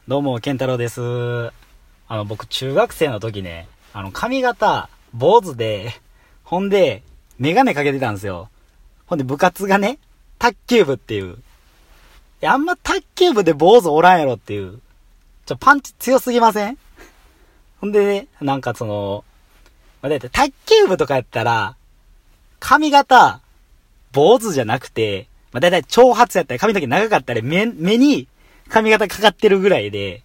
どうも、健太郎です。僕、中学生の時ね、髪型、坊主で、ほんで、メガネかけてたんですよ。ほんで、部活がね、卓球部っていう。あんま卓球部で坊主おらんやろっていう。パンチ強すぎません？ほんでね、だいたい卓球部とかやったら、髪型、坊主じゃなくて、だいたい長髪やったり、髪の毛長かったり、目に髪型かかってるぐらいで、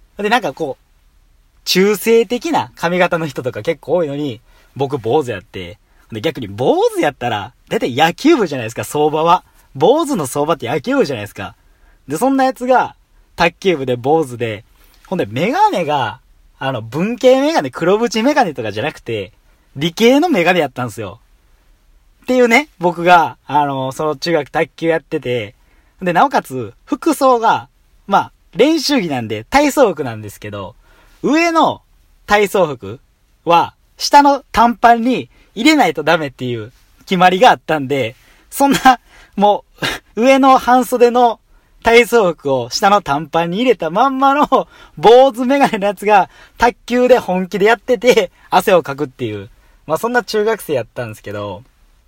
中性的な髪型の人とか結構多いのに、僕坊主やって、で逆に坊主やったら、だいたい野球部じゃないですか、相場は。坊主の相場って野球部じゃないですか。で、そんなやつが、卓球部で坊主で、ほんでメガネが、文系メガネ、黒縁メガネとかじゃなくて、理系のメガネやったんですよ。っていうね、僕が、その中学卓球やってて、で、なおかつ、服装が、練習着なんで、体操服なんですけど、上の体操服は、下の短パンに入れないとダメっていう決まりがあったんで、そんな、もう、上の半袖の体操服を下の短パンに入れたまんまの坊主メガネのやつが卓球で本気でやってて汗をかくっていう。そんな中学生やったんですけど、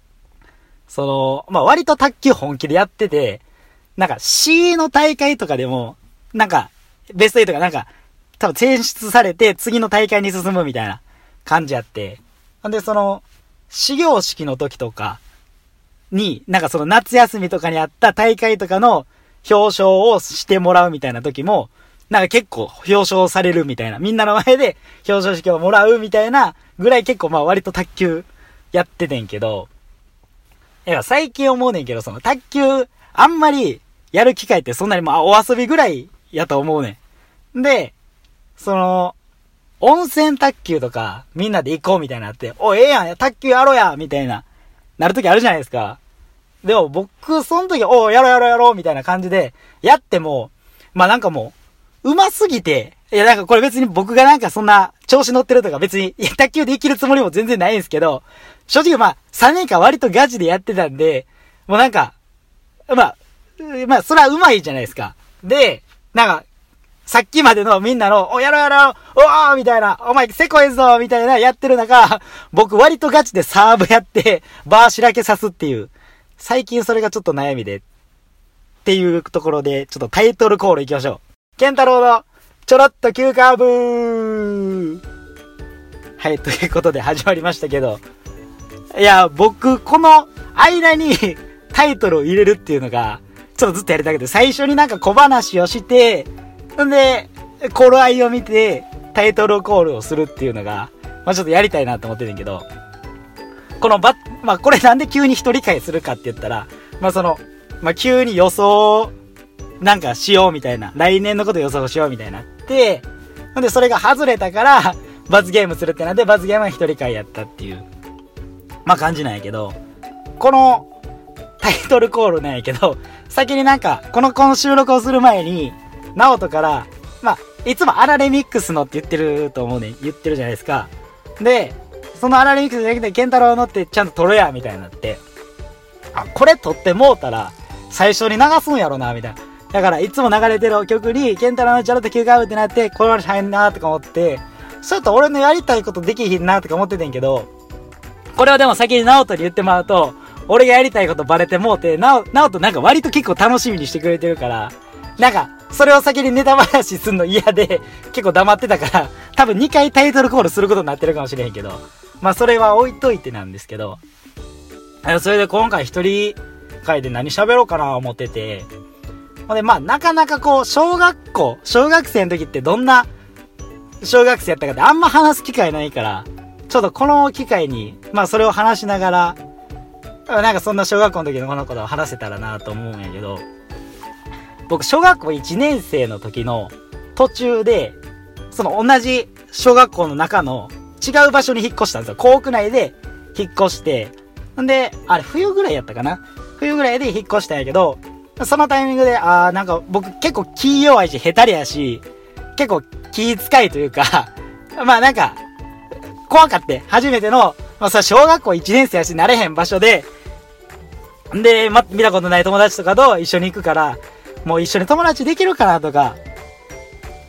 割と卓球本気でやってて、C の大会とかでも、ベスト8が多分選出されて次の大会に進むみたいな感じやって。で、始業式の時とかに、夏休みとかにあった大会とかの表彰をしてもらうみたいな時も、結構表彰されるみたいな。みんなの前で表彰式をもらうみたいなぐらい結構割と卓球やっててんけど、最近思うねんけど、卓球あんまりやる機会ってそんなにお遊びぐらいやと思うねん。で、温泉卓球とかみんなで行こうみたいになって、ええやん、卓球やろうやみたいな、なるときあるじゃないですか。でも僕、その時、やろうみたいな感じで、やっても、うますぎて、これ別に僕がそんな調子乗ってるとか別に、卓球で生きるつもりも全然ないんですけど、正直3年間割とガチでやってたんで、それは上手いじゃないですか。で、さっきまでのみんなの、やろうおーみたいな、お前せこいぞみたいなやってる中、僕割とガチでサーブやって、バーしらけさすっていう。最近それがちょっと悩みで。っていうところで、ちょっとタイトルコールいきましょう。ケンタロウの、ちょろっと急カーブはい、ということで始まりましたけど。いや、僕、この間にタイトルを入れるっていうのが、ちょっとずっとやりたくて、最初に小話をして、んで、頃合いを見て、タイトルコールをするっていうのが、ちょっとやりたいなと思ってるんけど、これなんで急に一人会するかって言ったら、急に予想、しようみたいな、来年のこと予想しようみたいになって、で、それが外れたから、罰ゲームするってなって、罰ゲームは一人会やったっていう、感じなんやけど、この、タイトルコールなんやけど、先にこの収録をする前に、ナオトから、いつもアラレミックスのって言ってると思うね。言ってるじゃないですか。で、そのアラレミックスじゃなくて、ケンタロウのってちゃんと撮るや、みたいになって。これ撮ってもうたら、最初に流すんやろな、みたいな。だから、いつも流れてる曲に、ケンタロウのちょろっと急カーブってなって、これまで入んな、とか思って、そうやったら俺のやりたいことできひんな、とか思っててんけど、これはでも先にナオトに言ってもらうと、俺がやりたいことバレてもうて、ナオト割と結構楽しみにしてくれてるから、それを先にネタ話すんの嫌で、結構黙ってたから、多分2回タイトルコールすることになってるかもしれへんけど、それは置いといてなんですけど、それで今回一人会で何喋ろうかな思ってて、で、なかなか小学生の時ってどんな小学生やったかってあんま話す機会ないから、ちょっとこの機会に、それを話しながら、そんな小学校の時のこのことを話せたらなと思うんやけど、僕、小学校1年生の時の途中で、同じ小学校の中の違う場所に引っ越したんですよ。校区内で引っ越して、んで、あれ、冬ぐらいやったかな？冬ぐらいで引っ越したんやけど、そのタイミングで、僕結構気弱いし、下手りやし、結構気遣いというか、怖かって、初めての、小学校1年生やし、慣れへん場所で、で、見たことない友達とかと一緒に行くから、もう一緒に友達できるかなとか、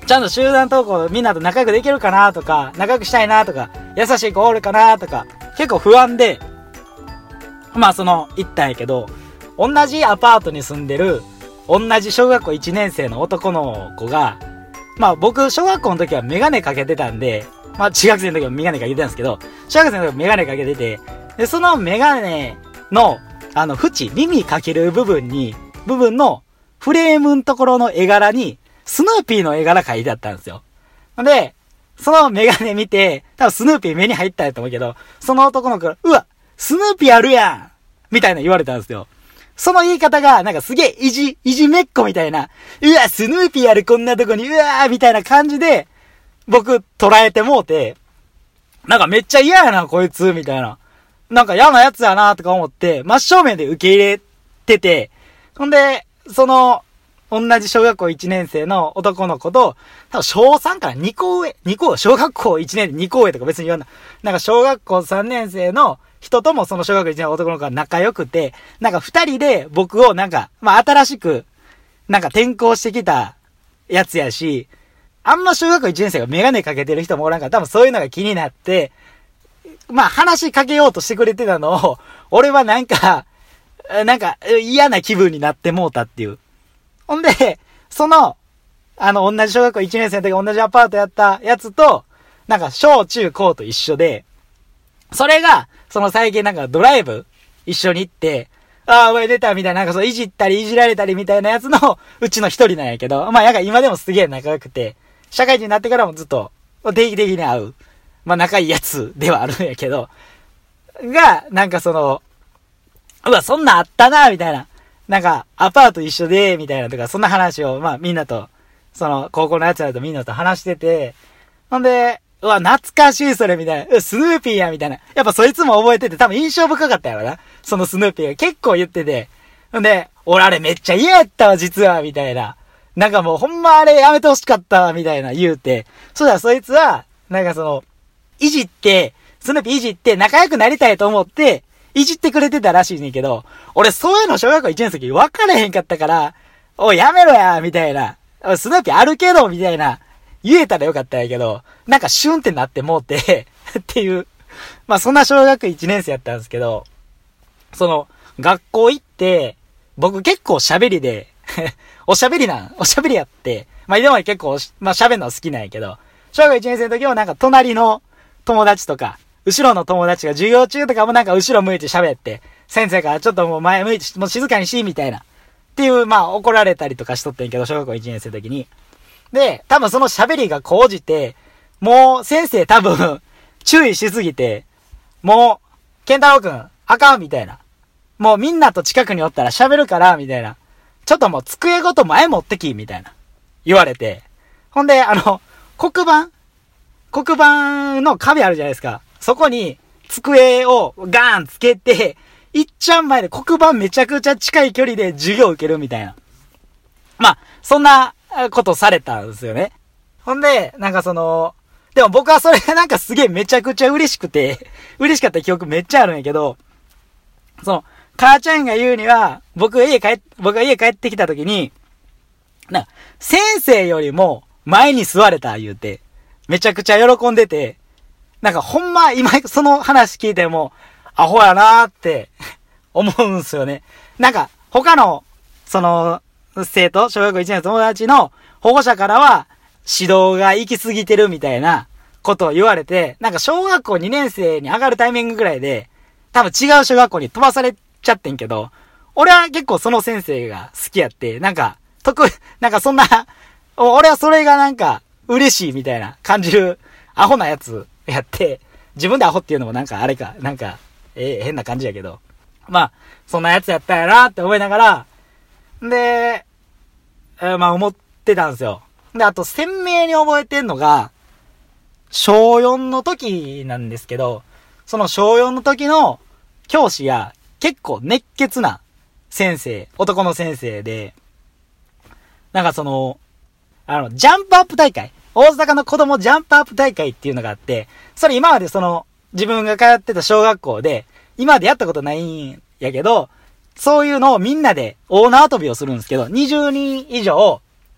ちゃんと集団登校みんなと仲良くできるかなとか、仲良くしたいなとか、優しい子おるかなとか、結構不安で、まあ行ったんやけど、同じアパートに住んでる、同じ小学校1年生の男の子が、まあ僕、小学校の時はメガネかけてたんで、まあ中学生の時はメガネかけてたんですけど、小学生の時はメガネかけてて、で、そのメガネの、縁、耳かける部分のフレームのところの絵柄に、スヌーピーの絵柄描いてあったんですよ。で、そのメガネ見て、多分スヌーピー目に入ったんやと思うけど、その男の子が、うわ、スヌーピーあるやんみたいな言われたんですよ。その言い方が、なんかすげえいじめっ子みたいな、うわ、スヌーピーあるこんなとこに、うわーみたいな感じで、僕捉えてもうて、なんかめっちゃ嫌やな、こいつ、みたいな。なんか嫌なやつやな、とか思って、真正面で受け入れてて、ほんで、同じ小学校1年生の男の子と、多分小3から2個上、小学校1年で2個上とか別に言わんな。なんか小学校3年生の人ともその小学校1年の男の子が仲良くて、なんか2人で僕をなんか、まあ新しく、なんか転校してきたやつやし、あんま小学校1年生がメガネかけてる人もおらんから多分そういうのが気になって、まあ話しかけようとしてくれてたのを、俺はなんか嫌な気分になってもうたっていう。ほんで、同じ小学校1年生の時同じアパートやったやつと、なんか小中高と一緒で、それが、最近なんかドライブ一緒に行って、ああ、お前出たみたいな、なんかいじったりいじられたりみたいなやつのうちの一人なんやけど、まあなんか今でもすげえ仲良くて、社会人になってからもずっと定期的に会う、まあ仲いいやつではあるんやけど、が、なんかうわ、そんなんあったな、みたいな。なんか、アパート一緒で、みたいなとか、そんな話を、まあみんなと、高校のやつらとみんなと話してて、ほんで、うわ、懐かしいそれ、みたいな。スヌーピーや、みたいな。やっぱそいつも覚えてて、多分印象深かったやろな。そのスヌーピーが結構言ってて。ほんで、俺あれめっちゃ嫌やったわ、実は、みたいな。なんかもうほんまあれやめてほしかったわ、みたいな言うて。そしたらそいつは、なんかスヌーピーいじって仲良くなりたいと思って、いじってくれてたらしいねんけど、俺そういうの小学校1年生分からへんかったから、おいやめろや、みたいな。スヌーピーあるけど、みたいな。言えたらよかったんやけど、なんかシュンってなってもうて、っていう。まあそんな小学1年生やったんですけど、学校行って、僕結構喋りで、おしゃべりやって、まあでも結構、まあ喋るのは好きなんやけど、小学1年生の時はなんか隣の友達とか、後ろの友達が授業中とかもなんか後ろ向いて喋って、先生からちょっともう前向いて、もう静かにし、みたいな。っていう、まあ怒られたりとかしとってんけど、小学校1年生の時に。で、多分その喋りが講じて、もう先生多分注意しすぎて、もう、健太郎くん、あかんみたいな。もうみんなと近くにおったら喋るから、みたいな。ちょっともう机ごと前持ってき、みたいな。言われて。ほんで、黒板の壁あるじゃないですか。そこに机をガーンつけて、いっちゃん前で黒板めちゃくちゃ近い距離で授業を受けるみたいな。まあ、そんなことされたんですよね。ほんで、なんかでも僕はそれがなんかすげえめちゃくちゃ嬉しかった記憶めっちゃあるんやけど、母ちゃんが言うには、僕が家帰ってきた時に、なんか、先生よりも前に座れた言うて、めちゃくちゃ喜んでて、なんかほんま今その話聞いても、アホやなーって思うんすよね。なんか、他の、生徒、小学校1年の友達の保護者からは、指導が行き過ぎてるみたいなことを言われて、なんか小学校2年生に上がるタイミングぐらいで、多分違う小学校に飛ばされちゃってんけど、俺は結構その先生が好きやって、なんか、なんかそんな、俺はそれがなんか、嬉しいみたいな感じる、アホなやつやって、自分でアホっていうのもなんかあれか、なんか、変な感じやけど。まあ、そんなやつやったんやなって思いながら、で、まあ思ってたんですよ。で、あと鮮明に覚えてんのが、小4の時なんですけど、その小4の時の教師が結構熱血な先生、男の先生で、なんかジャンプアップ大会、大阪の子供ジャンプアップ大会っていうのがあって、それ今まで自分が通ってた小学校で、今までやったことないんやけど、そういうのをみんなで大縄跳びをするんですけど、20人以上、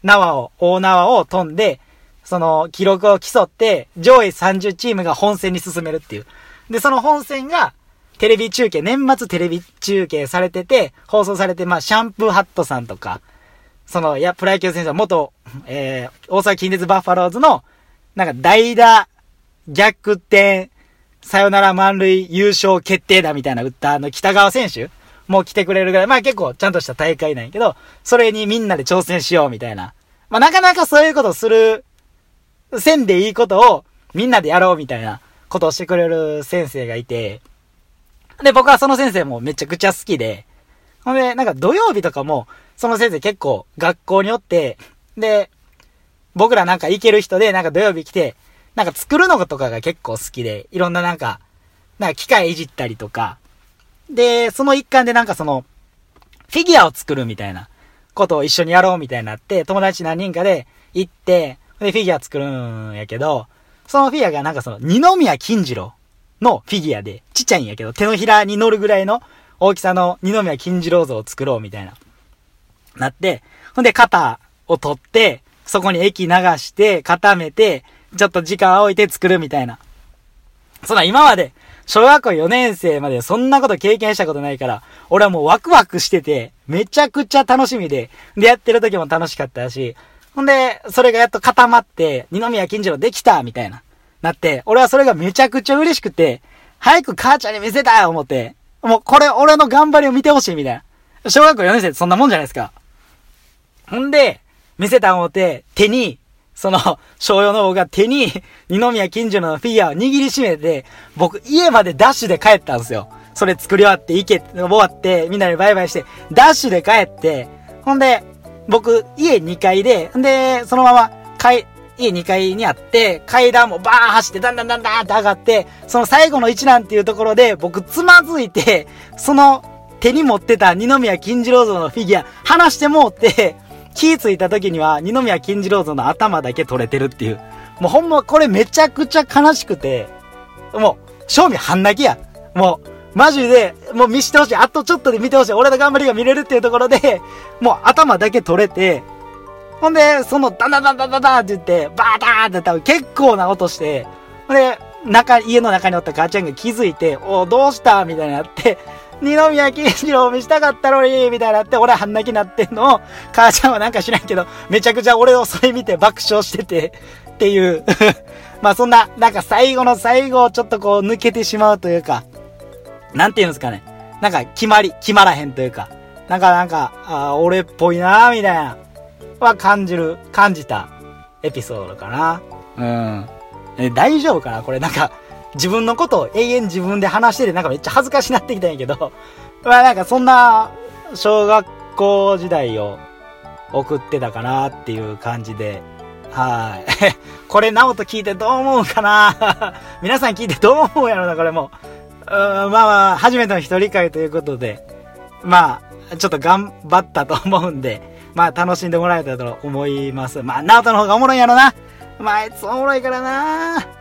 大縄を飛んで、その記録を競って、上位30チームが本戦に進めるっていう。で、その本戦が、テレビ中継、年末テレビ中継されてて、放送されて、まあ、シャンプーハットさんとか、プロ野球選手は元、大阪近鉄バファローズの、なんか代打、逆転、サヨナラ満塁優勝決定だみたいな歌の北川選手も来てくれるぐらい、まあ結構ちゃんとした大会なんやけど、それにみんなで挑戦しようみたいな。まあなかなかそういうことする、せんでいいことをみんなでやろうみたいなことをしてくれる先生がいて、で、僕はその先生もめちゃくちゃ好きで、ほんで、なんか土曜日とかも、その先生結構学校におって、で、僕らなんか行ける人で、なんか土曜日来て、なんか作るのとかが結構好きで、いろんななんか機械いじったりとか、で、その一環でなんかフィギュアを作るみたいなことを一緒にやろうみたいになって、友達何人かで行って、で、フィギュア作るんやけど、そのフィギュアがなんか二宮金次郎のフィギュアで、ちっちゃいんやけど、手のひらに乗るぐらいの大きさの二宮金次郎像を作ろうみたいな、なって、ほんで型を取って、そこに液流して、固めて、ちょっと時間を置いて作るみたいな。今まで、小学校4年生までそんなこと経験したことないから、俺はもうワクワクしてて、めちゃくちゃ楽しみで、やってる時も楽しかったし、ほんで、それがやっと固まって、二宮金次郎できたみたいな、なって、俺はそれがめちゃくちゃ嬉しくて、早く母ちゃんに見せたい思って、もうこれ俺の頑張りを見てほしいみたいな。小学校4年生ってそんなもんじゃないですか。ほんで、見せた思って、手に、小4の方が手に、二宮金次郎のフィギュアを握りしめて、僕家までダッシュで帰ったんですよ。それ作り終わって、終わって、みんなでバイバイして、ダッシュで帰って、ほんで、僕、家2階で、で、そのまま、家2階にあって、階段もバーン走って、だんだんって上がって、その最後の一覧っていうところで、僕つまずいて、手に持ってた二宮金次郎像のフィギュア、離してもうって、気ついた時には二宮金次郎像の頭だけ取れてるっていう。もうほんまこれめちゃくちゃ悲しくて、もう、正味半泣きや。もう、マジで、もう見してほしい。あとちょっとで見てほしい。俺の頑張りが見れるっていうところで、もう頭だけ取れて、ほんで、ダンって言って、バーターって多分結構な音して、ほんで、家の中におった母ちゃんが気づいて、どうしたみたいになって、二宮金次郎を見したかったのにみたいになって、俺は半泣きになってんのを、母ちゃんはなんか知らんけど、めちゃくちゃ俺をそれ見て爆笑してて、っていう。まあそんな、なんか最後の最後をちょっとこう抜けてしまうというか、なんていうんですかね。なんか決まらへんというか、俺っぽいなみたいな、は感じたエピソードかな。大丈夫かなこれなんか、自分のことを永遠自分で話しててなんかめっちゃ恥ずかしなってきたんやけど、まあなんかそんな小学校時代を送ってたかなっていう感じで、はい。これナオト聞いてどう思うかな皆さん聞いてどう思うやろな、これも。まあ、初めての一人会ということで、まあ、ちょっと頑張ったと思うんで、まあ楽しんでもらえたと思います。まあ、ナオトの方がおもろいんやろな。まあ、あいつおもろいからな。